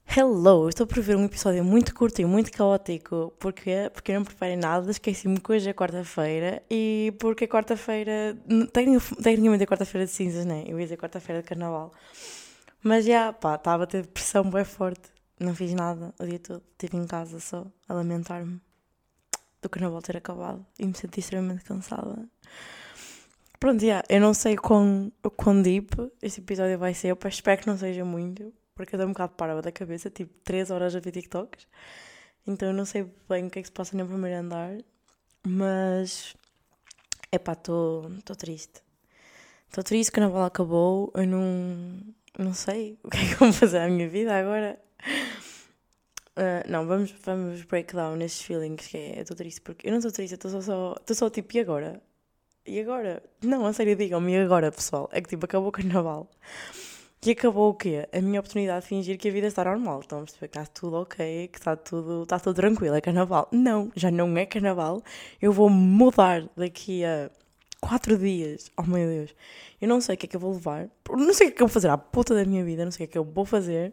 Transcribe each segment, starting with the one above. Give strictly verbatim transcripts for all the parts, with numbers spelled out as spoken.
Hello, eu estou por ver um episódio muito curto e muito caótico. Porquê? Porque eu não preparei nada, esqueci-me que hoje é quarta-feira e porque é quarta-feira, tecni- tecnicamente é quarta-feira de cinzas, né? Eu ia dizer quarta-feira de carnaval. Mas já, pá, estava a ter pressão bem forte. Não fiz nada o dia todo, estive em casa só a lamentar-me do carnaval ter acabado e me senti extremamente cansada. Pronto, já, eu não sei quão, o quão deep este episódio vai ser, eu espero que não seja muito, porque eu estou um bocado parada da cabeça, tipo três horas a ver TikToks, então eu não sei bem o que é que se passa no primeiro andar, mas, epá, estou triste. Estou triste, o carnaval acabou, eu não, não sei o que é que vou fazer à minha vida agora. Ah, não, vamos, vamos break down nestes feelings, que é, eu estou triste, porque eu não estou triste, eu estou só, só, estou só tipo, e agora? E agora? Não, a sério, digam-me, e agora, pessoal? É que tipo, acabou o carnaval. E acabou o quê? A minha oportunidade de fingir que a vida está normal. Estão a perceber que está tudo ok, que está tudo, está tudo tranquilo, é carnaval. Não, já não é carnaval. Eu vou mudar daqui a quatro dias. Oh meu Deus. Eu não sei o que é que eu vou levar. Não sei o que é que eu vou fazer à puta da minha vida. Não sei o que é que eu vou fazer.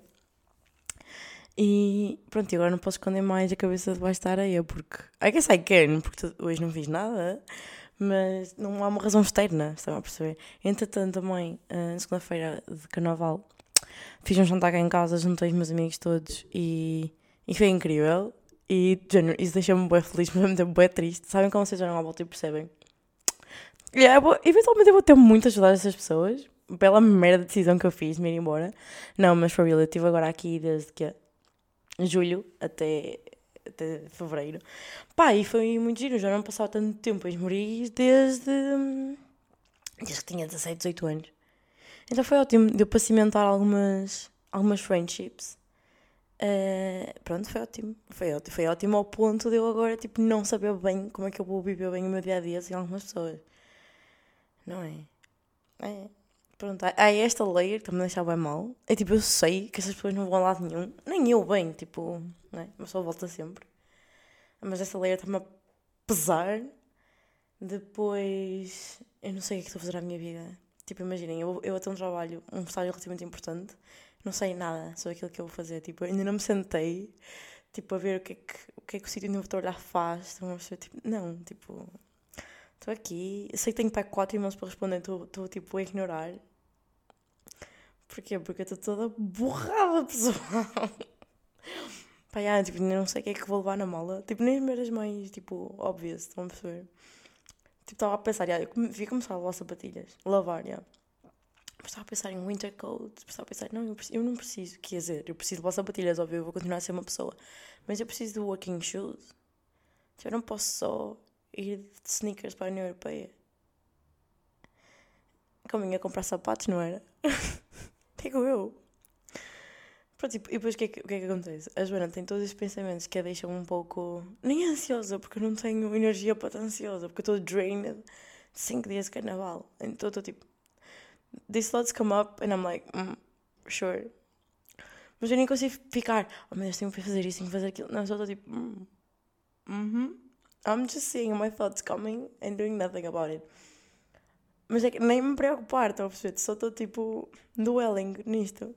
E pronto, e agora não posso esconder mais a cabeça debaixo da areia, porque I guess I can, porque hoje não fiz nada, mas não há uma razão externa, estão a perceber? Entretanto, também, uh, na segunda-feira de carnaval, fiz um jantar cá em casa, juntei os meus amigos todos e, e foi incrível. E género, isso deixou-me bem feliz, mas ao mesmo tempo bem triste. Sabem como vocês já não à volta e percebem? Yeah, eu vou- eventualmente eu vou ter muita saudade dessas pessoas, pela merda de decisão que eu fiz de me ir embora. Não, mas for real, eu estive agora aqui desde que julho até, até fevereiro. Pá, e foi muito giro, já não passava tanto tempo em Esmoriz desde, desde que tinha dezasseis, dezoito anos. Então foi ótimo, deu para cimentar algumas, algumas friendships. Eh, pronto, foi ótimo. Foi ótimo. Foi ótimo ao ponto de eu agora tipo, não saber bem como é que eu vou viver bem o meu dia a dia sem algumas pessoas. Não é? É. Pronto, há há esta layer que também me deixa bem mal. É tipo, eu sei que essas pessoas não vão a lado nenhum. Nem eu bem, tipo, não é? Mas só volta sempre. Mas essa layer está-me a pesar. Depois, eu não sei o que é que estou a fazer à minha vida. Tipo, imaginem, eu, eu até um trabalho, um estágio relativamente importante, não sei nada sobre aquilo que eu vou fazer. Tipo, ainda não me sentei, tipo, a ver o que é que o, que é que o sítio onde eu vou trabalhar faz. Estão a perceber? Tipo, não, tipo, estou aqui, eu sei que tenho para quatro e-mails para responder, estou, tipo, a ignorar. Porquê? Porque eu estou toda borrada, pessoal. Pá, já, tipo, ainda não sei o que é que vou levar na mala. Tipo, nem as merdas mais, tipo, óbvias, estão a perceber? Tipo, estava a pensar, já, eu come- devia começar a lavar sapatilhas. Lavar, já. Mas estava a pensar em winter coats. Estava a pensar, não, eu, preciso, eu não preciso. Quer dizer, eu preciso de lavar sapatilhas, óbvio, eu vou continuar a ser uma pessoa. Mas eu preciso de walking shoes. Tipo, eu não posso só ir de sneakers para a União Europeia. Como ia comprar sapatos, não era? Digo eu. Pronto, tipo, e depois o que, é que, o que é que acontece? A Joana tem todos estes pensamentos que a deixam um pouco. Nem ansiosa, porque eu não tenho energia para estar ansiosa, porque eu estou drained de cinco dias de carnaval. Então estou tipo, these thoughts come up and I'm like, mm, sure. Mas eu nem consigo ficar, oh meu Deus, tenho que fazer isso, tenho que fazer aquilo. Não, só estou tipo, mm, uhum. I'm just seeing my thoughts coming and doing nothing about it. Mas é que nem me preocupar, estão a perceber? Só estou tipo, dwelling nisto.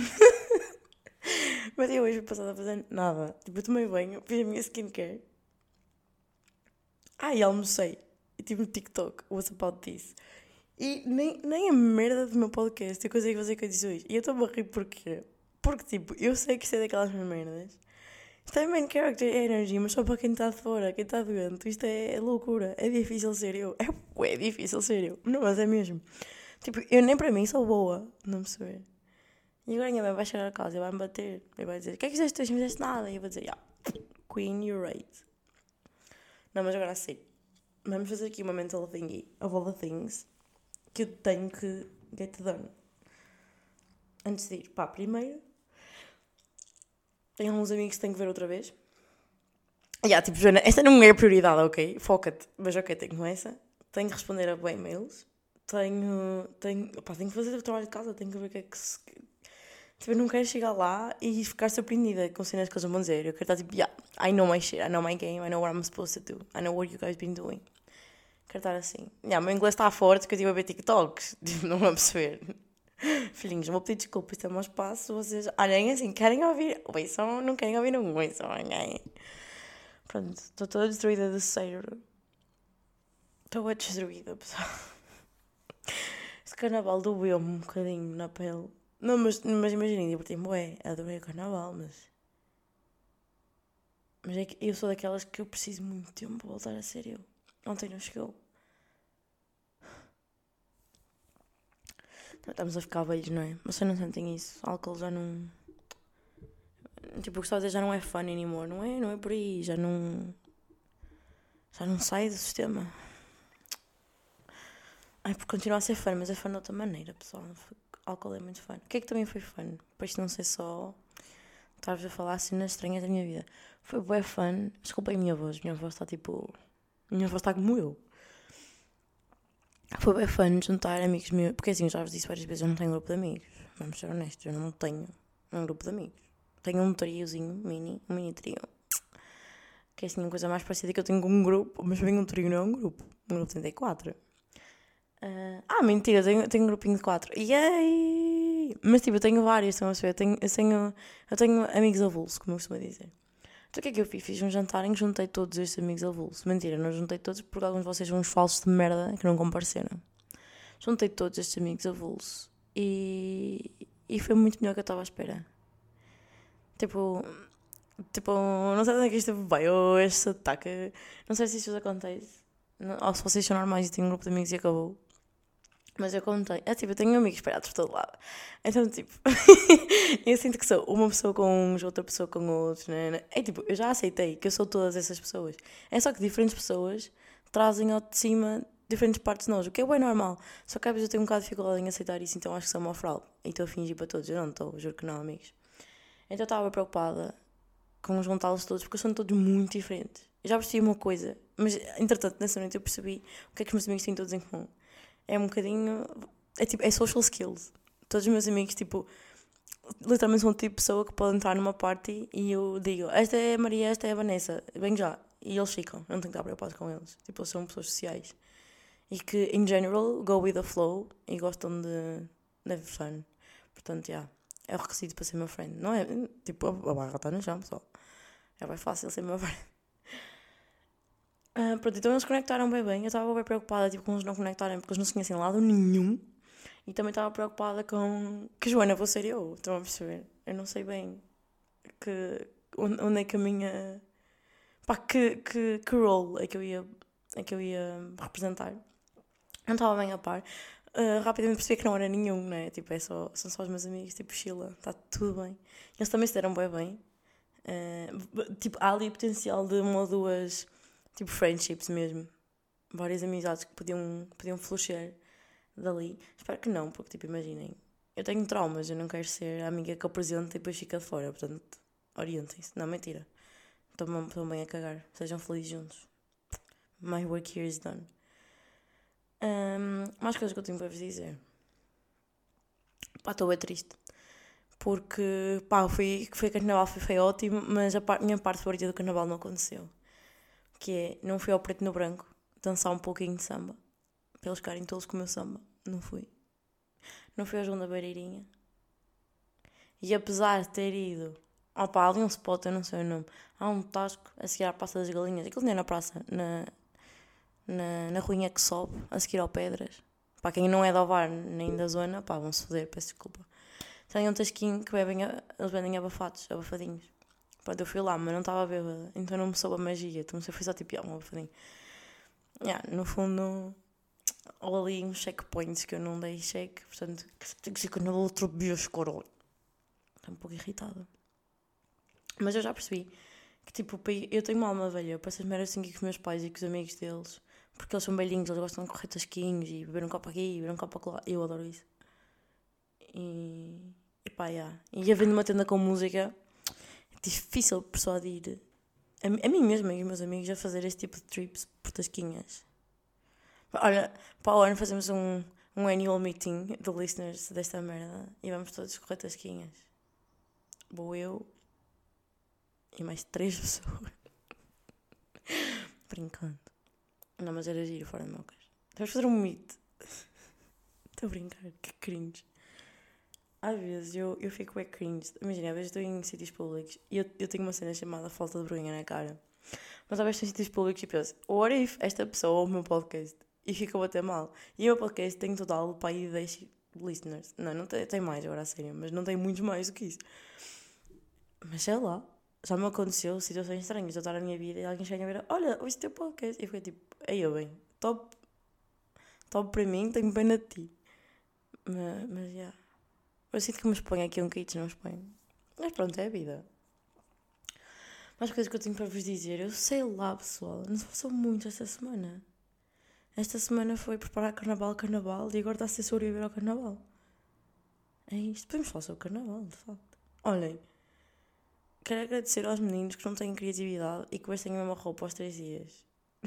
Mas eu hoje passada a fazer nada. Tipo, eu tomei banho, fiz a minha skincare. Ah, e almocei. E tive no TikTok, what's about this? E nem, nem a merda do meu podcast eu consigo fazer condições. E eu estou a rir porquê? Porque, tipo, eu sei que isto é daquelas merdas. Isto é main character energy, mas só para quem está de fora, quem está doente. Isto é, é loucura. É difícil ser eu. É, é difícil ser eu. Não, mas é mesmo. Tipo, eu nem para mim sou boa. Não me saber. E agora a minha mãe vai chegar a casa e vai-me bater. E vai dizer: o que é que fizeste hoje? Não fizeste nada. E eu vou dizer: yeah, Queen, you're right. Não, mas agora sim. Vamos fazer aqui uma mental thingy of all the things que eu tenho que get done. Antes de ir, pá, primeiro, tenho alguns amigos que tenho que ver outra vez. E yeah, tipo, Joana, esta não é a prioridade, ok? Foca-te. Mas ok, tenho essa. Tenho que responder a bem mails. Tenho, tenho, pá, tenho que fazer o trabalho de casa. Tenho que ver o que é que se... Tipo, eu não quero chegar lá e ficar surpreendida com cenas que eles vão dizer. Eu quero estar tipo, yeah, I know my shit, I know my game, I know what I'm supposed to do, I know what you guys been doing. Quero estar assim. Yeah, meu inglês está forte porque eu estive a ver TikToks. Tipo, não vou perceber. Filhinhos, vou pedir desculpa, isto é o meu espaço, vocês... Olhem, assim, querem ouvir? Ouçam, não querem ouvir, não ouçam, olhem. Pronto, estou toda destruída do cérebro. Estou a destruída, pessoal. Esse carnaval doeu-me um bocadinho na pele. Não, mas, mas imaginem, diverti-me, é, adorei o carnaval, mas... Mas é que eu sou daquelas que eu preciso muito de tempo para voltar a ser eu. Ontem não chegou. Estamos a ficar velhos, não é? Vocês não sentem isso? O álcool já não... Tipo, o que estou a dizer já não é fun anymore, não é? Não é por aí, já não... Já não sai do sistema. Ai, porque continua a ser fun, mas é fun de outra maneira, pessoal. O álcool é muito fun. O que é que também foi fun? Para isto não ser só... Estavas a falar assim nas estranhas da minha vida. Foi bué fun. Desculpem a minha voz. Minha voz está tipo... Minha voz está como eu. Foi bué fun juntar amigos meus. Porque assim, eu já vos disse várias vezes, eu não tenho um grupo de amigos. Vamos ser honestos, eu não tenho um grupo de amigos. Tenho um triozinho, mini, um mini trio. Que é assim, uma coisa mais parecida que eu tenho com um grupo. Mas bem, um trio não é um grupo. Um grupo de trinta e quatro. Uh, ah, mentira, eu tenho, tenho um grupinho de quatro. Yay! Mas tipo, eu tenho vários, estão a ver? Eu tenho, eu tenho, eu tenho amigos avulsos, como eu costumo dizer. Então o que é que eu fiz? Fiz um jantar em que juntei todos estes amigos avulsos. Mentira, não juntei todos porque alguns de vocês são uns falsos de merda que não compareceram. Juntei todos estes amigos avulsos. E, e foi muito melhor que eu estava à espera. Tipo, tipo, não sei de onde é que isto veio, este ataque. Não sei se isto vos acontece. Ou se vocês são normais e têm um grupo de amigos e acabou. Mas eu contei. É tipo, eu tenho amigos espalhados por todo lado. Então, tipo, eu sinto que sou uma pessoa com uns, outra pessoa com outros, né? É tipo, eu já aceitei que eu sou todas essas pessoas. É só que diferentes pessoas trazem ao de cima diferentes partes de nós, o que é bem normal. Só que às vezes eu tenho um bocado de dificuldade em aceitar isso, então acho que sou uma fraude. E estou a fingir para todos. Eu não estou, juro que não, amigos. Então eu estava preocupada com juntá-los todos, porque são todos muito diferentes. Eu já percebi uma coisa, mas entretanto, nessa noite eu percebi o que é que os meus amigos têm todos em comum. É um bocadinho... É tipo, é social skills. Todos os meus amigos, tipo... Literalmente são o tipo de pessoa que pode entrar numa party e eu digo, esta é a Maria, esta é a Vanessa, vem já. E eles ficam, eu não tenho que estar preocupado com eles. Tipo, eles são pessoas sociais. E que, in general, go with the flow e gostam de... de have fun. Portanto, já. Yeah, é o requisito para ser meu friend. Não é... Tipo, a barra está no chão, pessoal. É bem fácil ser meu friend. Uh, pronto, então eles conectaram bem bem. Eu estava bem preocupada tipo, com eles não conectarem porque eles não se conhecem lado nenhum. E também estava preocupada com que Joana vou ser eu. Estão a perceber? Eu não sei bem que, onde é que a minha. Pá, que, que, que role é que eu ia, é que eu ia representar. Não estava bem a par. Uh, rapidamente percebi que não era nenhum, né? Tipo, é só, são só os meus amigos, tipo, Sheila, está tudo bem. Eles também se deram bem bem. Uh, tipo, há ali potencial de uma ou duas. Tipo, friendships mesmo. Várias amizades que podiam, podiam florescer dali. Espero que não, porque, tipo, imaginem. Eu tenho traumas, eu não quero ser a amiga que apresento e depois fica de fora. Portanto, orientem-se. Não, mentira. Estão bem a cagar. Sejam felizes juntos. My work here is done. Um, mais coisas que eu tenho para vos dizer. Pá, estou bem triste. Porque, pá, foi, foi carnaval, foi, foi ótimo, mas a par, minha parte favorita do carnaval não aconteceu. Que é, não fui ao preto no branco dançar um pouquinho de samba para eles ficarem todos com o meu samba, não fui não fui ao João da Beireirinha e apesar de ter ido opa, ali um spot, eu não sei o nome, há um tasco a seguir à Praça das Galinhas, aquilo nem é na praça, na, na, na ruinha que sobe a seguir ao Pedras, para quem não é de Ovar nem da zona, pá, vão-se foder, peço desculpa, tem um tasquinho que bebem, eles vendem abafados, abafadinhos. Pronto, eu fui lá, mas não estava bêbada, então não me soube a magia, então foi só tipo, um abafadinho. Yeah, no fundo, ou ali uns checkpoints que eu não dei check, portanto, tenho que ser com o outro bicho, coro. Estou um pouco irritada. Mas eu já percebi que, tipo, eu tenho uma alma velha, eu passo as meras assim com os meus pais e com os amigos deles, porque eles são velhinhos, eles gostam de correr tasquinhos e beber um copo aqui, beber um copo lá. Eu adoro isso. E, e pá, yeah. E havendo uma tenda com música, é difícil persuadir a, a mim mesma e os meus amigos a fazer este tipo de trips por tasquinhas. Olha, para o ano fazemos um, um annual meeting de listeners desta merda e vamos todos correr tasquinhas. Vou eu e mais três pessoas. Brincando. Não, mas era giro fora de mocas. Vamos fazer um meet. Estou a brincar, que cringe. às vezes eu, eu fico é cringe. Imagina, às vezes estou em sítios públicos e eu, eu tenho uma cena chamada falta de vergonha na cara. Mas às vezes estou em sítios públicos e penso, what if esta pessoa ouve o meu podcast e fica a bater mal? E o meu podcast tem total para aí dez listeners. Não, não tem, tem mais agora a sério, mas não tem muitos mais do que isso. Mas sei lá, já me aconteceu situações estranhas. Eu estar na minha vida e alguém chega a ver, olha, ouve o teu podcast. E eu fiquei tipo, aí eu bem, top, top para mim, tenho pena de ti. Mas, mas já. Yeah. Eu sinto que me exponho aqui um kit, não me exponho. Mas pronto, é a vida. Mais coisas que eu tenho para vos dizer. Eu sei lá, pessoal, não se passou muito esta semana. Esta semana foi preparar carnaval, carnaval, e agora está a ser sobreviver ao carnaval. É isto. Podemos falar sobre o carnaval, de facto. Olhem, quero agradecer aos meninos que não têm criatividade e que vestem a mesma roupa aos três dias.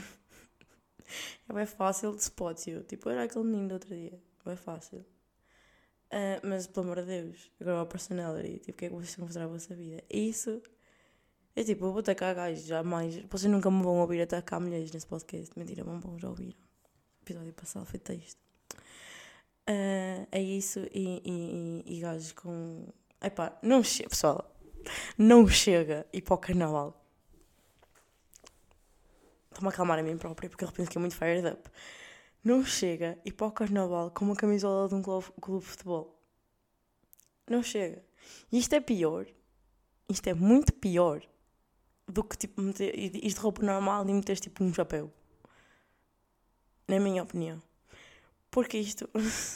É bem fácil de spot you. Tipo, era aquele menino do outro dia. É fácil. Uh, mas, pelo amor de Deus, agora a personality. Tipo, o que é que vocês vão fazer à vossa vida? Isso é tipo, eu vou atacar gajos, jamais. Vocês nunca me vão ouvir atacar mulheres nesse podcast. Mentira, vão, vão já ouviram. Episódio passado foi texto. Uh, é isso e, e, e, e gajos com. Epá, não chega, pessoal. Não chega ir para o carnaval. Estou-me a acalmar a mim própria porque eu repenso que é muito fired up. Não chega ir para o carnaval com uma camisola de um clube, clube de futebol. Não chega. E isto é pior. Isto é muito pior do que tipo meter isto de roupa normal e meteres tipo um chapéu. Na minha opinião. Porque isto.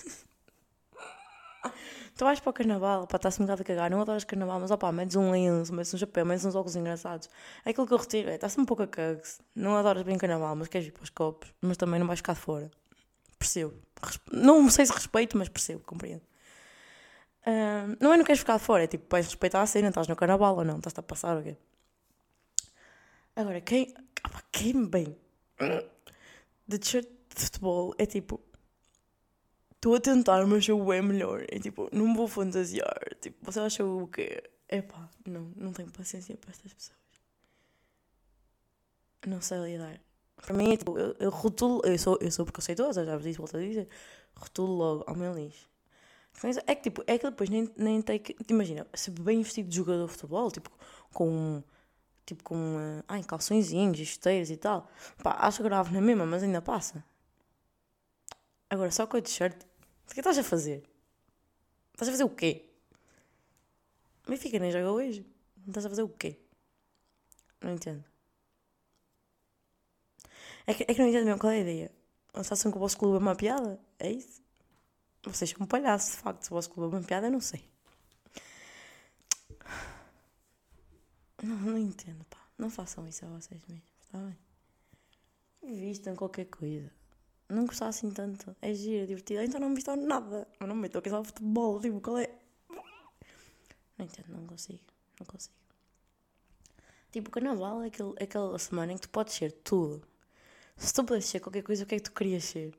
Tu vais para o carnaval, pá, está-se um bocado a cagar, não adoras carnaval, mas opá, metes um lenço, metes um chapéu, metes uns óculos engraçados. É aquilo que eu retiro, é, está-se um pouco a cague-se. Não adoras bem carnaval, mas queres ir para os copos, mas também não vais ficar de fora. Percebo. Não sei se respeito, mas percebo, compreendo. Uh, não é não queres ficar de fora, é tipo, vais respeitar a cena, estás no carnaval ou não, estás-te a passar ou quê? Agora, quem, quem bem de t-shirt de futebol é tipo, estou a tentar, mas eu é melhor. É tipo, não vou fantasiar. Tipo, você acha o quê? Epá, não, não tenho paciência para estas pessoas. Não sei lidar. Para mim é tipo, eu, eu rotulo, eu sou, eu sou preconceituosa, já vos disse, volto a dizer. Rotulo logo ao meu lixo. É que tipo, é que depois nem, nem tem que. Imagina, se bem vestido de jogador de futebol, tipo, com. Tipo, com. Uh, ai, calçõezinhos, esteiros e tal. Pá, acho grave na mesma, mas ainda passa. Agora, só com a t-shirt. O que estás a fazer? Estás a fazer o quê? O Benfica nem joga hoje. Estás a fazer o quê? Não entendo. É que, é que não entendo mesmo qual é a ideia. Vocês acham que o vosso clube é uma piada? É isso? Vocês são um palhaço, de facto. Se o vosso clube é uma piada, eu não sei. Não, não entendo, pá. Não façam isso a vocês mesmos, está bem? Vistam qualquer coisa. Não gostar assim tanto. É giro, é divertido. Então não me vistam nada. Mas não me metam aqui só futebol. Tipo, qual é? Não entendo, não consigo. Não consigo. Tipo, o carnaval é aquele, é aquela semana em que tu podes ser tudo. Se tu pudesses ser qualquer coisa, o que é que tu querias ser?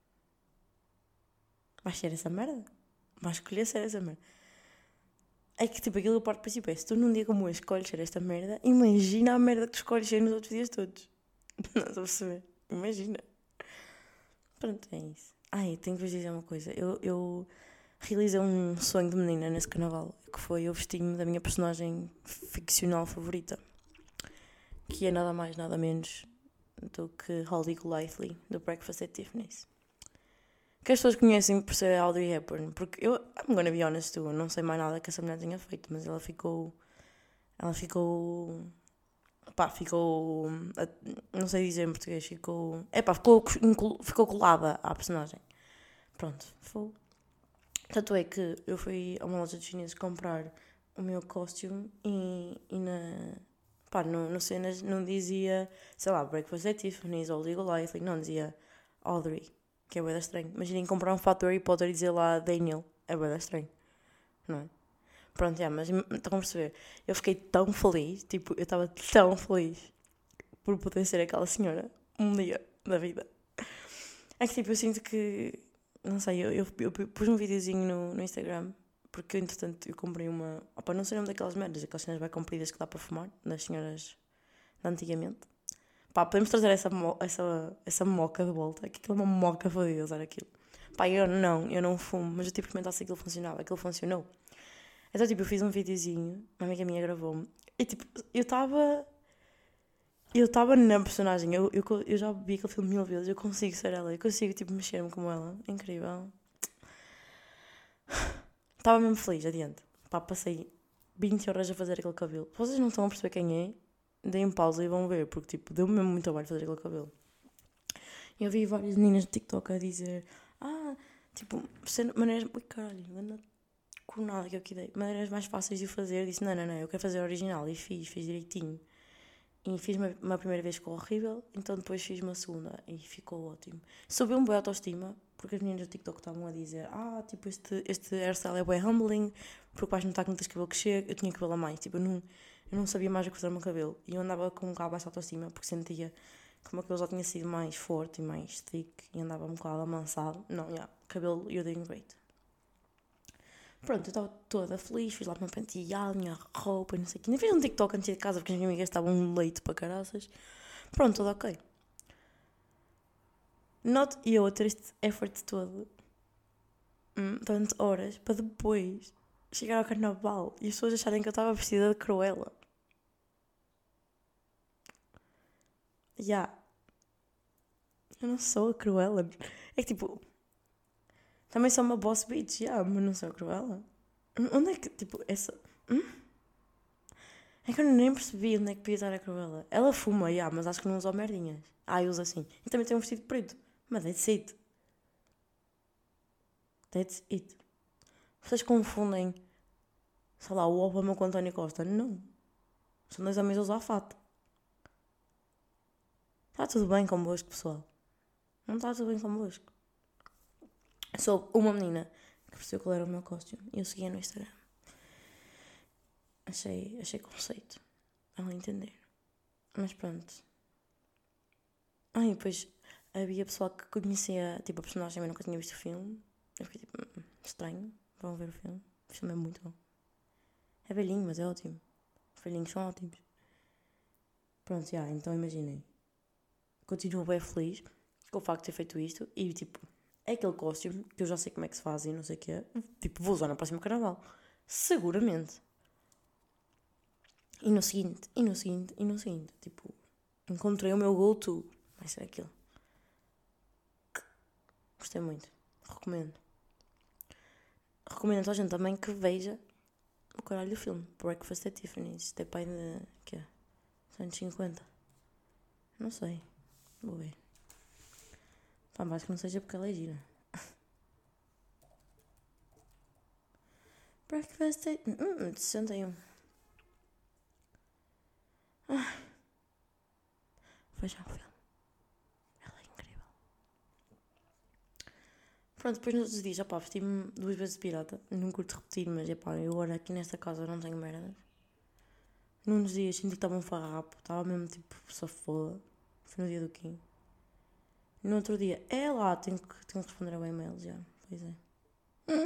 Vais ser essa merda? Vais escolher ser essa merda. É que tipo, aquilo que eu parto do princípio é, se tu num dia como hoje escolhes ser esta merda, imagina a merda que tu escolhes ser nos outros dias todos. Não estou a perceber. Imagina. Pronto, é isso. Ai, tenho que vos dizer uma coisa. Eu, eu realizei um sonho de menina nesse carnaval, que foi eu vestir-me da minha personagem ficcional favorita, que é nada mais, nada menos do que Holly Golightly, do Breakfast at Tiffany's. Que as pessoas conhecem por ser a Audrey Hepburn, porque eu, I'm gonna be honest, eu não sei mais nada que essa mulher tenha feito, mas ela ficou, ela ficou, pá, ficou, não sei dizer em português, ficou, é pá, ficou, ficou colada à personagem. Pronto, foi. Tanto é que eu fui a uma loja de chineses comprar o meu costume e, e na, pá, no, no cenas não dizia, sei lá, Breakfast at Tiffany's ou Legal Life, não dizia Audrey. Que é bué estranho. Imaginem comprar um fato do Harry Potter e dizer lá Daniel. É bué estranho. Não é? Pronto, já, mas estão a perceber. Eu fiquei tão feliz. Tipo, eu estava tão feliz por poder ser aquela senhora um dia da vida. É que tipo, eu sinto que... Não sei, eu, eu, eu pus um videozinho no, no Instagram. Porque, entretanto, eu comprei uma... Opa, não sei o nome daquelas merdas. Aquelas cenas bem compridas que dá para fumar. Das senhoras de antigamente. Pá, podemos trazer essa, mo- essa, essa moca de volta. Que aquilo é uma moca fodida usar aquilo. Pá, eu não, eu não fumo, mas eu tive que experimentar se aquilo funcionava. Aquilo funcionou. Então, tipo, eu fiz um videozinho, uma amiga minha gravou-me, e tipo, eu estava. Eu estava na personagem, eu, eu, eu já vi aquele filme mil vezes, eu consigo ser ela, eu consigo, tipo, mexer-me como ela. Incrível. Estava mesmo feliz, adiante. Pá, passei vinte horas a fazer aquele cabelo. Se vocês não estão a perceber quem é, deem pausa e vão ver, porque, tipo, deu-me mesmo muito trabalho fazer aquele cabelo. Eu vi várias meninas no TikTok a dizer, ah, tipo, maneiras. Ui, caralho, anda com nada que eu que dei. Maneiras mais fáceis de fazer. Disse, não, não, não, eu quero fazer original. E fiz, fiz direitinho. E fiz uma, uma primeira vez ficou horrível, então depois fiz uma segunda e ficou ótimo. Subiu um bem a autoestima, porque as meninas do TikTok estavam a dizer, ah, tipo, este, este hairstyle é bem humbling, porque vais notar que não tens cabelo que chega. Eu tinha cabelo a mais, tipo, eu não, eu não sabia mais o que fazer o meu cabelo. E eu andava com um bocado baixa autoestima, porque sentia que o meu cabelo já tinha sido mais forte e mais thick, e andava um bocado amansado. Não, já, yeah, cabelo, you're doing great. Pronto, eu estava toda feliz, fiz lá o meu penteado, a minha roupa e não sei o quê. Nem fiz um TikTok antes de casa porque as minhas amigas estavam um leite para caraças. Pronto, tudo ok. Not e eu a ter este effort todo, hum, durante horas, para depois chegar ao carnaval e as pessoas acharem que eu estava vestida de Cruella. Já. Yeah. Eu não sou a Cruella. É que tipo... Também sou uma boss bitch, já, yeah, mas não sou a Cruella. Onde é que, tipo, essa... Hum? É que eu nem percebi onde é que podia estar a Cruella. Ela fuma, já, yeah, mas acho que não usa merdinhas. Ah, usa assim. E também tem um vestido preto. Mas that's it. That's it. Vocês confundem, sei lá, o Obama com o António Costa? Não. São dois homens a usar fato. Está tudo bem convosco, pessoal. Não está tudo bem convosco. Sou uma menina que percebeu qual era o meu costume e eu seguia no Instagram. Achei, achei conceito. Ela entender. Mas pronto. Ah, e depois havia pessoal que conhecia, tipo, a personagem, mas nunca tinha visto o filme. Eu fiquei tipo, hum, estranho. Vão ver o filme. O filme é muito bom. É velhinho, mas é ótimo. Os velhinhos são ótimos. Pronto, já, então imaginem. Continuo bem feliz com o facto de ter feito isto e, tipo, é aquele costume que eu já sei como é que se faz e não sei o que é. Tipo, vou usar no próximo carnaval. Seguramente. E no seguinte, e no seguinte, e no seguinte. Tipo, encontrei o meu go-to. Vai ser aquilo. Gostei muito. Recomendo. Recomendo a toda a gente também que veja o caralho do filme. Breakfast at Tiffany's. Isto é pai de... que é? cento e cinquenta. Não sei. Vou ver. Pá, mais que não seja porque ela é gira. Breakfast at... Hum, sessenta e um. Ai. Vejam o filme. Ela é incrível. Pronto, depois nos outros dias, opá, vesti-me duas vezes de pirata. Não curto repetir, mas, epá, eu agora aqui nesta casa não tenho merdas. Num dos dias senti que estava um farrapo. Estava mesmo, tipo, só foda. Foi no dia do Kim. No outro dia, é lá, tenho que, tenho que responder ao e-mail já. Pois é. Hum.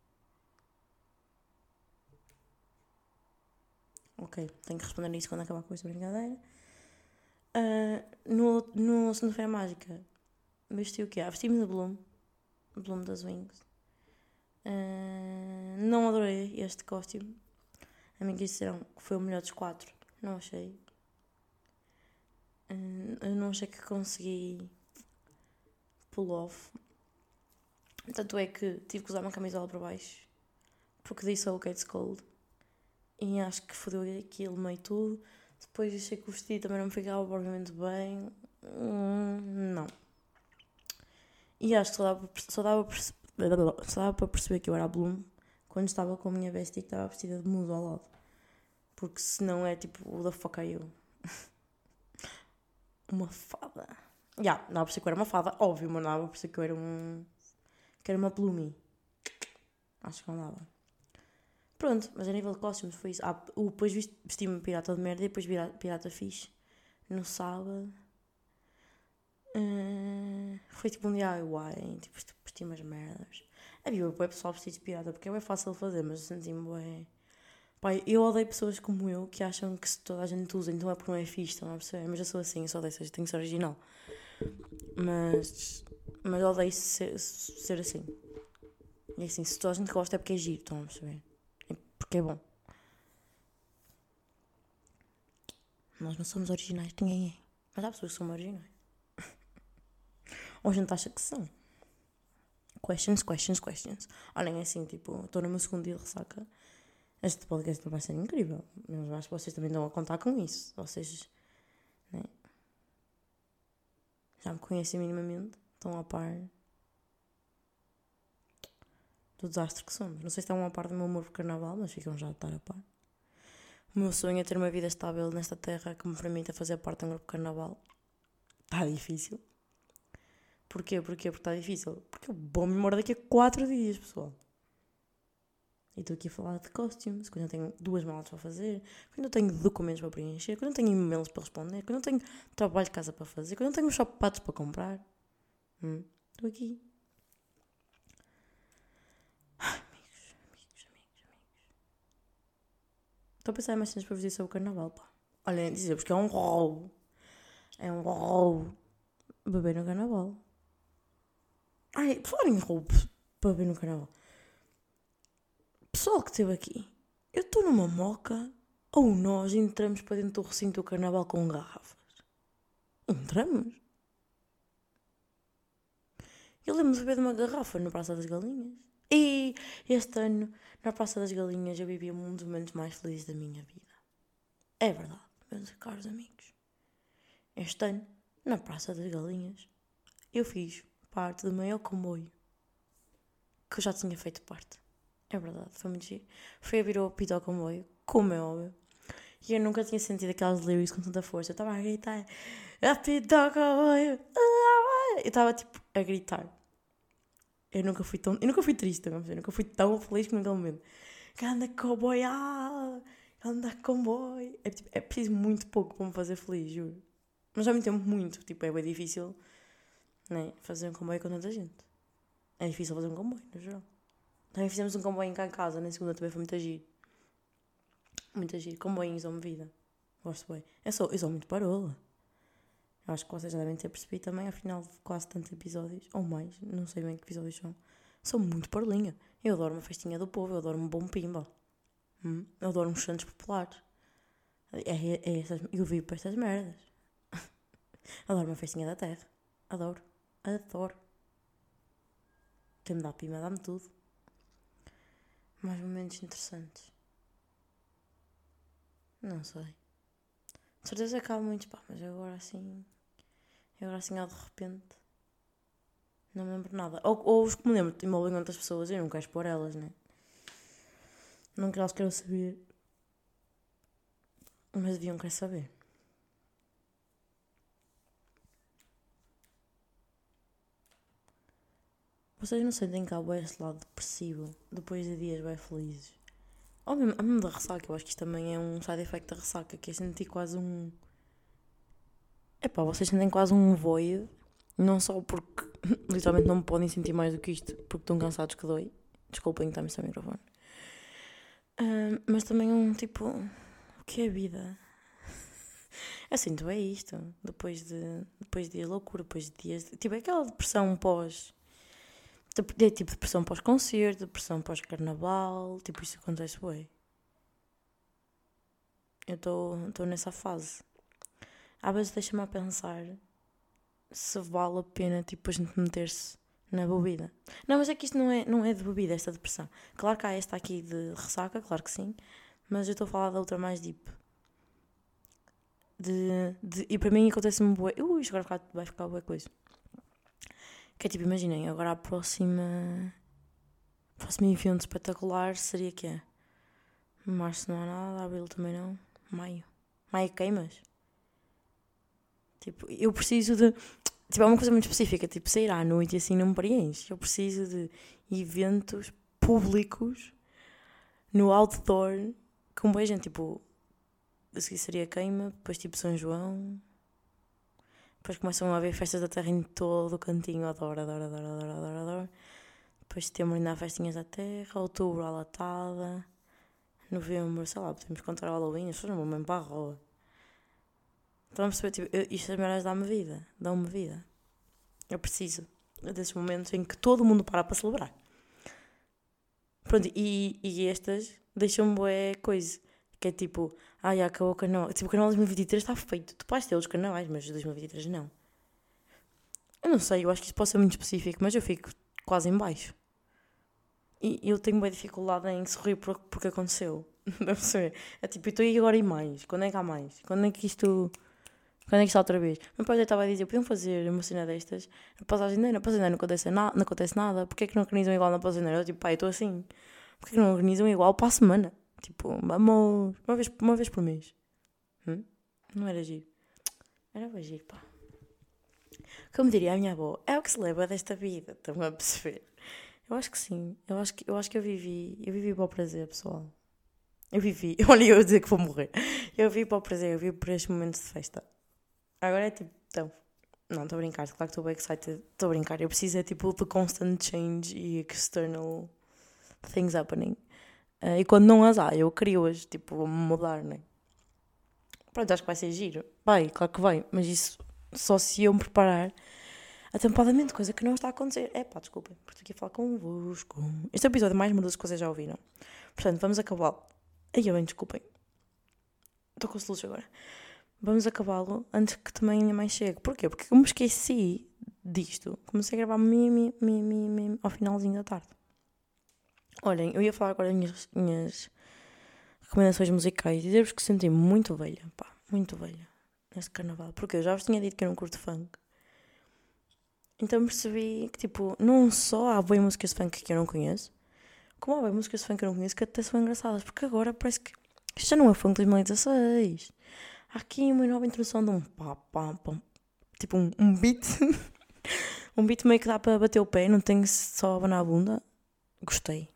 Ok, tenho que responder isso quando acabar com esta brincadeira. Uh, no no Segunda-feira Mágica, vesti o quê? Ah, vesti-me de Bloom. Bloom das Wings. Uh, não adorei este costume. Amigos disseram que foi o melhor dos quatro. Não achei. Uh, eu não achei que consegui pull off. Tanto é que tive que usar uma camisola por baixo. Porque disse ao Kate's Cold. E acho que fodeu aquilo meio tudo. Depois achei que o vestido também não me ficava propriamente bem. Hum, não. E acho que só dava, só, dava perce... só dava para perceber que eu era a Bloom quando estava com a minha bestia que estava vestida de mudo ao lado. Porque senão é tipo, who the fuck are you? Uma fada. Já, yeah, dava para perceber que eu era uma fada, óbvio, mas não dava para perceber que eu era um... que era uma Bloomy. Acho que não dava. Pronto, mas a nível de costumes foi isso. Ah, depois vesti-me pirata de merda e depois pirata fixe. No sábado. Uh, foi tipo um D I Y, tipo, vesti umas merdas. Havia o pessoal vestido de pirata porque é bem fácil de fazer, mas eu senti-me bem. Pai, eu odeio pessoas como eu que acham que se toda a gente usa, então é porque não é fixe, estão a perceber? Mas eu sou assim, eu só odeio, tenho que ser original. Mas Mas eu odeio ser, ser assim. E assim, se toda a gente gosta é porque é giro, estão a perceber? É porque é bom. Nós não somos originais, ninguém é. Mas há pessoas que são originais. Ou a gente acha que são. Questions, questions, questions. Olhem, assim, tipo, estou no meu segundo dia de ressaca. Este podcast não vai ser incrível. Mas acho que vocês também estão a contar com isso. Vocês, né? Já me conhecem minimamente. Estão a par do desastre que somos. Não sei se estão a par do meu humor por carnaval, mas ficam já a estar a par. O meu sonho é ter uma vida estável nesta terra que me permita fazer parte de um grupo de carnaval. Está difícil. Porquê? Porquê? Porque está difícil. Porque eu vou-me embora daqui a quatro dias, pessoal. E estou aqui a falar de costumes, quando eu tenho duas malas para fazer, quando eu tenho documentos para preencher, quando eu tenho e-mails para responder, quando eu tenho trabalho de casa para fazer, quando eu tenho sapatos para comprar. Hum, estou aqui. Ai, amigos, amigos, amigos, amigos. Estou a pensar em mais cenas para vos dizer sobre o carnaval, pá. Olhem, dizer-vos que é um roubo. É um roubo beber no carnaval. Ai, por falar em roubo beber no carnaval. Pessoal que esteve aqui, eu estou numa moca ou nós entramos para dentro do recinto do carnaval com garrafas? Entramos? Eu lembro de beber de uma garrafa na Praça das Galinhas. E este ano, na Praça das Galinhas, eu vivi um dos momentos mais felizes da minha vida. É verdade, meus caros amigos. Este ano, na Praça das Galinhas, eu fiz parte do maior comboio que eu já tinha feito parte. É verdade, foi muito giro. Foi a vir ao pito ao comboio, como é óbvio. E eu nunca tinha sentido aquelas lyrics com tanta força. Eu estava a gritar, a pito ao comboio. Eu estava tipo a gritar. Eu nunca fui tão. Eu nunca fui triste, não eu nunca fui tão feliz como naquele momento. Anda comboio, ah, anda comboio. É, tipo, é preciso muito pouco para me fazer feliz, juro. Mas ao mesmo tempo muito. Tipo, é bem difícil, né, fazer um comboio com tanta gente. É difícil fazer um comboio, no geral. Também fizemos um comboio cá em casa, na segunda também foi muito giro. Muito giro. Comboinhos dão-me vida. Gosto bem. Eu sou, eu sou muito parola. Eu acho que vocês já devem ter percebido também, afinal de quase tantos episódios, ou mais, não sei bem que episódios são. Sou muito parolinha. Eu adoro uma festinha do povo, eu adoro um bom pimba. Hum? Eu adoro uns santos populares. É, é, é essas, eu vivo para estas merdas. Adoro uma festinha da terra. Adoro. Adoro. Quem me dá pimba, dá-me tudo. Mais momentos interessantes. Não sei. De certeza que há muitos, pá, mas eu agora assim. Eu agora assim, ó, de repente. Não me lembro nada. Ou, ou os que me lembro envolvem outras pessoas e eu não quero expor elas, né? Não que elas queiram saber. Mas deviam querer saber. Vocês não sentem que há esse lado depressivo depois de dias bem felizes? Ou mesmo, mesmo da ressaca, eu acho que isto também é um side effect da ressaca, que é sentir quase um... Epá, vocês sentem quase um void, não só porque literalmente não me podem sentir mais do que isto, porque estão cansados que dói. Desculpem que está-me sem microfone. Uh, mas também um tipo... O que é a vida? Eu sinto é isto, depois de, depois de dias de loucura, depois de dias... De, tipo, é aquela depressão pós... É tipo depressão pós-concerto, depressão pós-carnaval, tipo isso acontece bem. Eu estou nessa fase. Às vezes deixa-me a pensar se vale a pena tipo a gente meter-se na bebida. Não, mas é que isto não é, não é de bebida, esta depressão. Claro que há esta aqui de ressaca, claro que sim, mas eu estou a falar da outra mais deep. De, de, e para mim acontece-me bué. Ui, isto agora vai ficar bué coisa. Que é tipo, imaginem, agora a próxima... O próximo evento espetacular seria que é? Março não há nada, abril também não. Maio. Maio queimas. Tipo, eu preciso de... Tipo, é uma coisa muito específica. Tipo, sair à noite e assim não me preenche. Eu preciso de eventos públicos no outdoor com boa gente. Tipo, a seguir seria queima, depois tipo São João... Depois começam a haver festas da terra em todo o cantinho. Adoro, adoro, adoro, adoro, adoro, adoro. Depois setembro ainda há festinhas da terra. Outubro a latada. Novembro, sei lá, podemos contar o Halloween. As pessoas não vão mesmo para a rua. Estão a perceber? Tipo, eu, isto as merdas dão-me vida. Dão-me vida. Eu preciso. desses momentos em que todo mundo para para celebrar. Pronto, e, e estas deixam-me bué coisa, que é tipo, ai, ah, acabou o canal, tipo, o canal dois mil e vinte e três está feito, tu podes ter outros canais, mas dois mil e vinte e três não. Eu não sei, eu acho que isso pode ser muito específico, mas eu fico quase em baixo. E eu tenho bem dificuldade em sorrir por, porque aconteceu. Deve ser. É tipo, então e agora e mais? Quando é que há mais? Quando é que isto. Quando é que está outra vez? Meu pai já estava a dizer, podiam fazer uma cena destas na Passagendeira, na Passagendeira não acontece, na, não acontece nada, porquê é que não organizam igual na Passagendeira? Eu tipo, pai, eu estou assim, porquê é que não organizam igual para a semana? Tipo, vamos, uma vez, uma vez por mês. Hum? Não era giro. Era bem giro, pá. Como diria a minha avó, é o que se leva desta vida, estão a perceber? Eu acho que sim, eu acho que eu, acho que eu vivi, eu vivi para o prazer, pessoal. Eu vivi, olha, eu ia dizer que vou morrer. Eu vivi para o prazer, eu vivi por estes momentos de festa. Agora é tipo, então, não, estou a brincar, claro que estou bem excited, estou a brincar, eu preciso é tipo de constant change e external things happening. Uh, e quando não as há, eu crio-as, tipo, vou-me mudar, né? Pronto, acho que vai ser giro. Vai, claro que vai, mas isso só se eu me preparar atempadamente, coisa que não está a acontecer. É pá, desculpem, porque estou aqui a falar convosco. Este é o episódio mais moroso que vocês já ouviram. Portanto, vamos acabá-lo. Ai, bem, desculpem. Estou com soluço agora. Vamos acabá-lo antes que também a minha mãe chegue. Porquê? Porque eu me esqueci disto. Comecei a gravar mimi, mimi, mimi ao finalzinho da tarde. Olhem, eu ia falar agora das minhas, minhas recomendações musicais e dizer-vos que senti muito velha, pá, muito velha neste carnaval. Porque eu já vos tinha dito que eu não curto funk. Então percebi que, tipo, não só há bem músicas de funk que eu não conheço, como há bem músicas de funk que eu não conheço que até são engraçadas. Porque agora parece que isto já não é funk de dois mil e dezasseis. Há aqui uma nova introdução de um pá, pá, pá, tipo um, um beat. Um beat meio que dá para bater o pé, não tem só abanar a bunda. Gostei.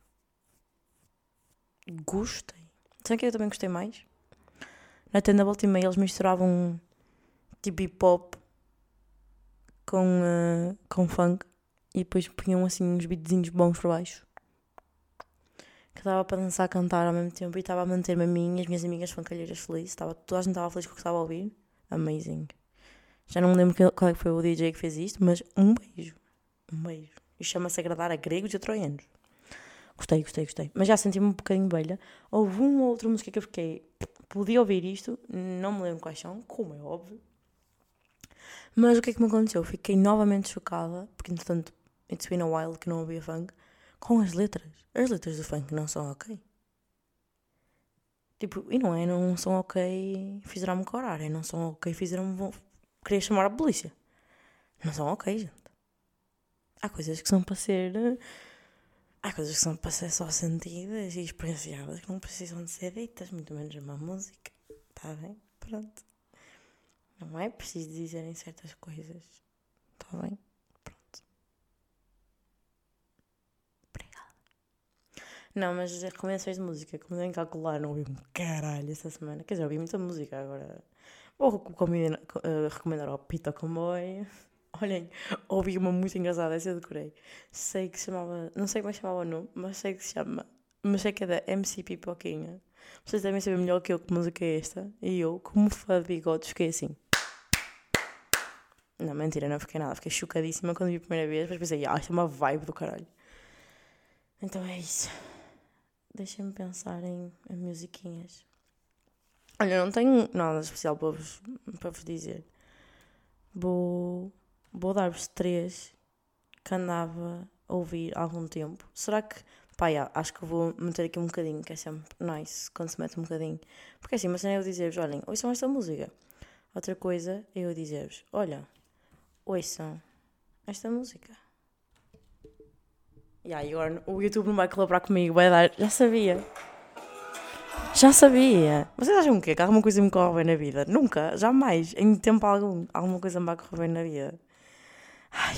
Gostei. Sabe o que eu também gostei mais? Na tenda volta e meia eles misturavam tipo hip hop com, uh, com funk e depois punham assim uns beatzinhos bons por baixo. Que dava para dançar, a cantar ao mesmo tempo e estava a manter-me a mim e as minhas amigas funkalheiras felizes. Estava, toda a gente estava feliz com o que estava a ouvir. Amazing. Já não me lembro qual é que foi o D J que fez isto, mas um beijo. Um beijo. Isto chama-se agradar a gregos e a troianos. Gostei, gostei, gostei. Mas já senti-me um bocadinho velha. Houve uma ou outra música que eu fiquei... Podia ouvir isto, não me lembro quais são, como é óbvio. Mas o que é que me aconteceu? Fiquei novamente chocada, porque entretanto, it's been a while que não ouvia funk, com as letras. As letras do funk não são ok. Tipo, e não é, não são ok, fizeram-me corar, é, não são ok, fizeram-me querer chamar a polícia. Não são ok, gente. Há coisas que são para ser... Há coisas que são para ser só sentidas e experienciadas que não precisam de ser ditas, muito menos uma música. Está bem? Pronto. Não é preciso dizerem certas coisas. Está bem? Pronto. Obrigada. Não, mas as recomendações de música, como devem calcular, não ouvi um caralho esta semana. Quer dizer, ouvi muita música agora. Vou recomendar, uh, recomendar ao Pita Comboio. Olhem, ouvi uma muito engraçada, essa eu decorei. Sei que se chamava, não sei como é que chamava o nome, mas sei que se chama, mas sei que é da M C Pipoquinha. Vocês devem saber melhor que eu que música é esta. E eu, como fã de bigodes, fiquei assim. Não, mentira, não fiquei nada, fiquei chocadíssima quando vi a primeira vez, mas pensei, ah, isto é uma vibe do caralho. Então é isso. Deixem-me pensar em, em musiquinhas. Olha, não tenho nada especial para vos, para vos dizer. Vou... Vou dar-vos três que andava a ouvir há algum tempo. Será que... Pá, já, acho que vou meter aqui um bocadinho, que é sempre nice quando se mete um bocadinho. Porque assim, mas é eu dizer-vos, olhem, ouçam esta música. Outra coisa é eu dizer-vos, olha, ouçam esta música. E aí, agora o YouTube não vai colaborar comigo, vai dar... Já sabia. Já sabia. Vocês acham o quê? Que alguma coisa me corre bem na vida? Nunca, jamais, em tempo algum, alguma coisa me vai correr bem na vida. Ai.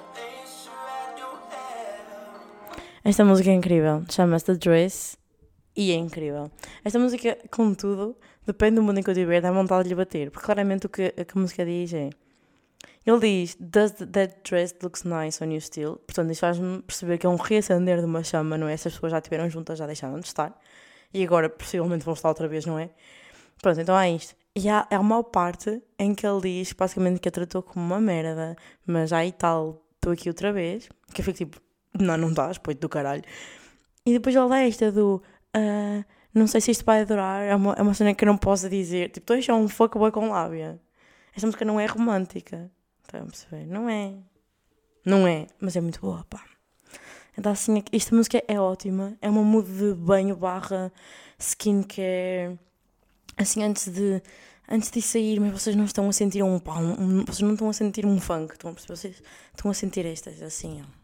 Esta música é incrível, chama-se The Dress e é incrível. Esta música, contudo, depende do mundo em que eu estiver, dá vontade de lhe bater, porque claramente o que, que a música diz é... Ele diz, does that dress looks nice on you still? Portanto, isto faz-me perceber que é um reacender de uma chama, não é? Essas pessoas já estiveram juntas, já deixaram de estar. E agora, possivelmente, vão estar outra vez, não é? Pronto, então há isto. E há, há uma parte em que ele diz, basicamente, que a tratou como uma merda. Mas aí tal, estou aqui outra vez. Que eu fico tipo, não, não estás, poito do caralho. E depois ele dá esta do... Uh, não sei se isto vai durar. É uma, é uma cena que eu não posso dizer. Tipo, estou a um fuckboy com lábia. Esta música não é romântica. Estão a perceber? Não é. Não é, mas é muito boa, pá. Então assim, esta música é ótima. É uma mood de banho barra skincare. Assim, antes de, antes de sair, mas vocês não estão a sentir um pá, um, um, vocês não estão a sentir um funk. Estão a perceber? Vocês estão a sentir estas, assim, ó.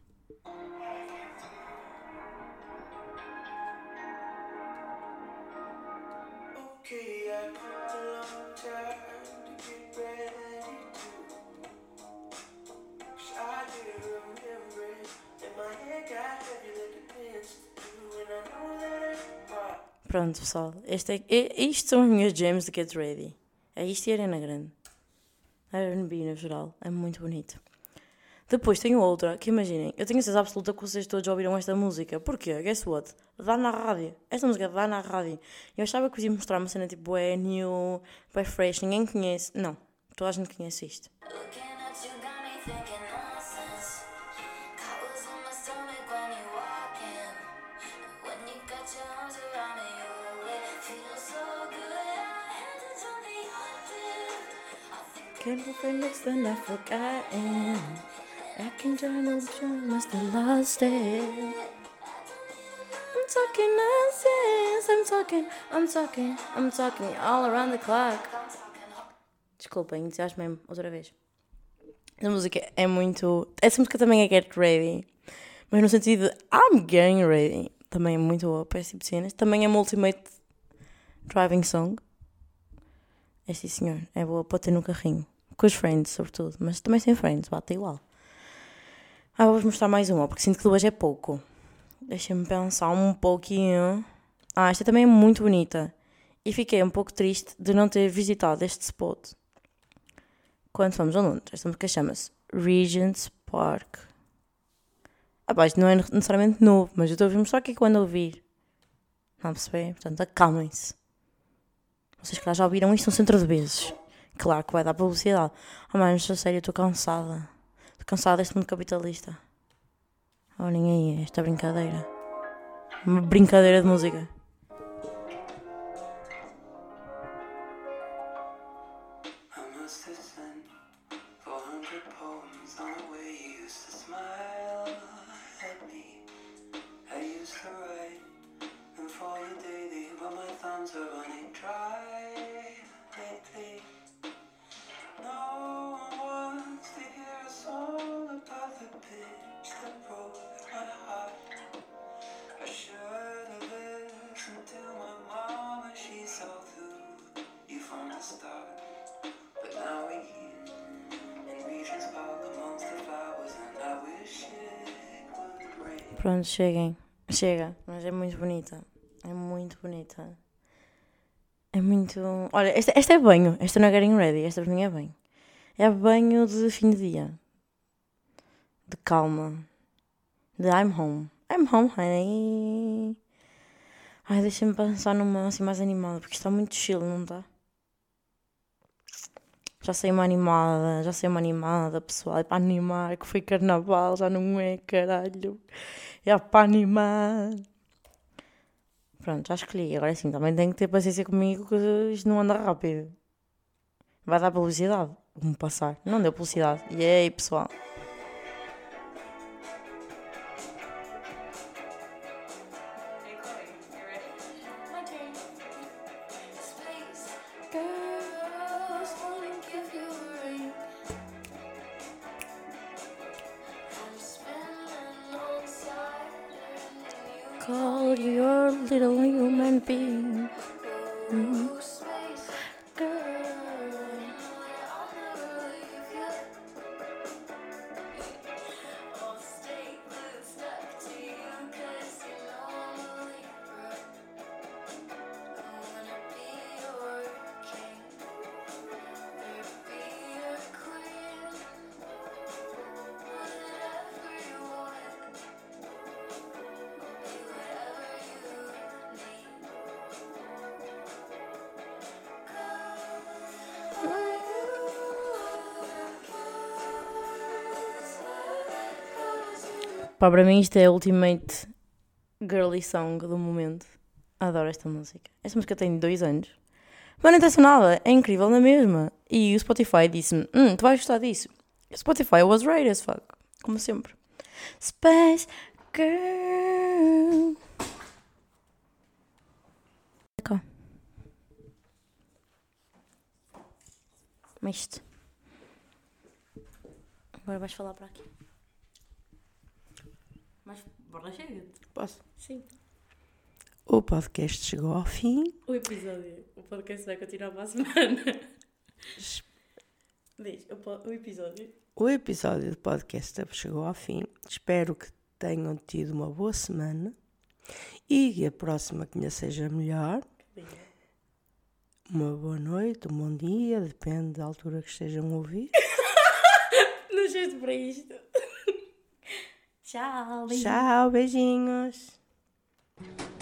Pronto, pessoal, este é, é, isto são as minhas jams de Get Ready. É isto e a Arena Grande. A R and B, no geral, é muito bonito. Depois tenho outra, que imaginem, eu tenho certeza absoluta que vocês todos já ouviram esta música. Porquê? Guess what? Dá na rádio. Esta música dá na rádio. Eu achava que vos ia mostrar uma cena tipo é new, é fresh, ninguém conhece. Não, toda a gente conhece isto. Can't find next than I forgotten. I can join the show, must have lost it. I'm talking nonsense, I'm talking, I'm talking, I'm talking all around the clock. Desculpem, entusiasmei-me outra vez. Essa música é muito... Essa música também é Get Ready, mas no sentido de I'm getting ready. Também é muito boa para esse tipo de cenas. Também é uma Ultimate Driving Song. É sim senhor, é boa para ter no carrinho. Com os friends, sobretudo. Mas também sem friends, bate igual. Ah, vou-vos mostrar mais uma, porque sinto que duas é pouco. Deixem-me pensar um pouquinho. Ah, esta também é muito bonita. E fiquei um pouco triste de não ter visitado este spot quando fomos a Londres. Esta música chama-se Regent's Park. Ah, pá, isto não é necessariamente novo, mas eu estou a ouvir só aqui quando ouvir. Não perceber? Portanto, acalmem-se. Vocês que já ouviram isto um centro de vezes. Claro que vai dar publicidade. Oh, mano, a sério, eu estou cansada. Estou cansada deste mundo capitalista. Olhem aí esta brincadeira. Uma brincadeira de música. Pronto, cheguem. Chega, mas é muito bonita. É muito bonita. É muito... Olha, esta, esta é banho. Esta não é getting ready. Esta para mim é banho. É banho de fim de dia. De calma. De I'm home. I'm home, honey. Ai, deixa-me pensar numa assim mais animada, porque está muito chill, não está? Já sei uma animada, já sei uma animada, pessoal. É para animar, que foi carnaval, já não é, caralho. É para animar. Pronto, já escolhi. Agora sim, também tenho que ter paciência comigo, que isto não anda rápido. Vai dar publicidade. Vou-me passar. Não deu publicidade. E aí, pessoal. Call your little human being. Mm. Pá, para mim isto é a ultimate girly song do momento. Adoro esta música. Esta música tem dois anos. Mas não interessa nada, é incrível na mesma. E o Spotify disse-me, hum, tu vais gostar disso. O Spotify was right as fuck, como sempre. Space Girl. Cá. Mas isto. Agora vais falar para aqui. Mas, bora, chega-te. Posso? Sim. O podcast chegou ao fim. O episódio, o podcast vai continuar para a semana. Diz, o, o episódio. O episódio do podcast chegou ao fim. Espero que tenham tido uma boa semana e que a próxima que ainda seja melhor. Uma boa noite, um bom dia, depende da altura que estejam a ouvir. Não cheiro para isto. Tchau, beijinhos. Tchau, beijinhos.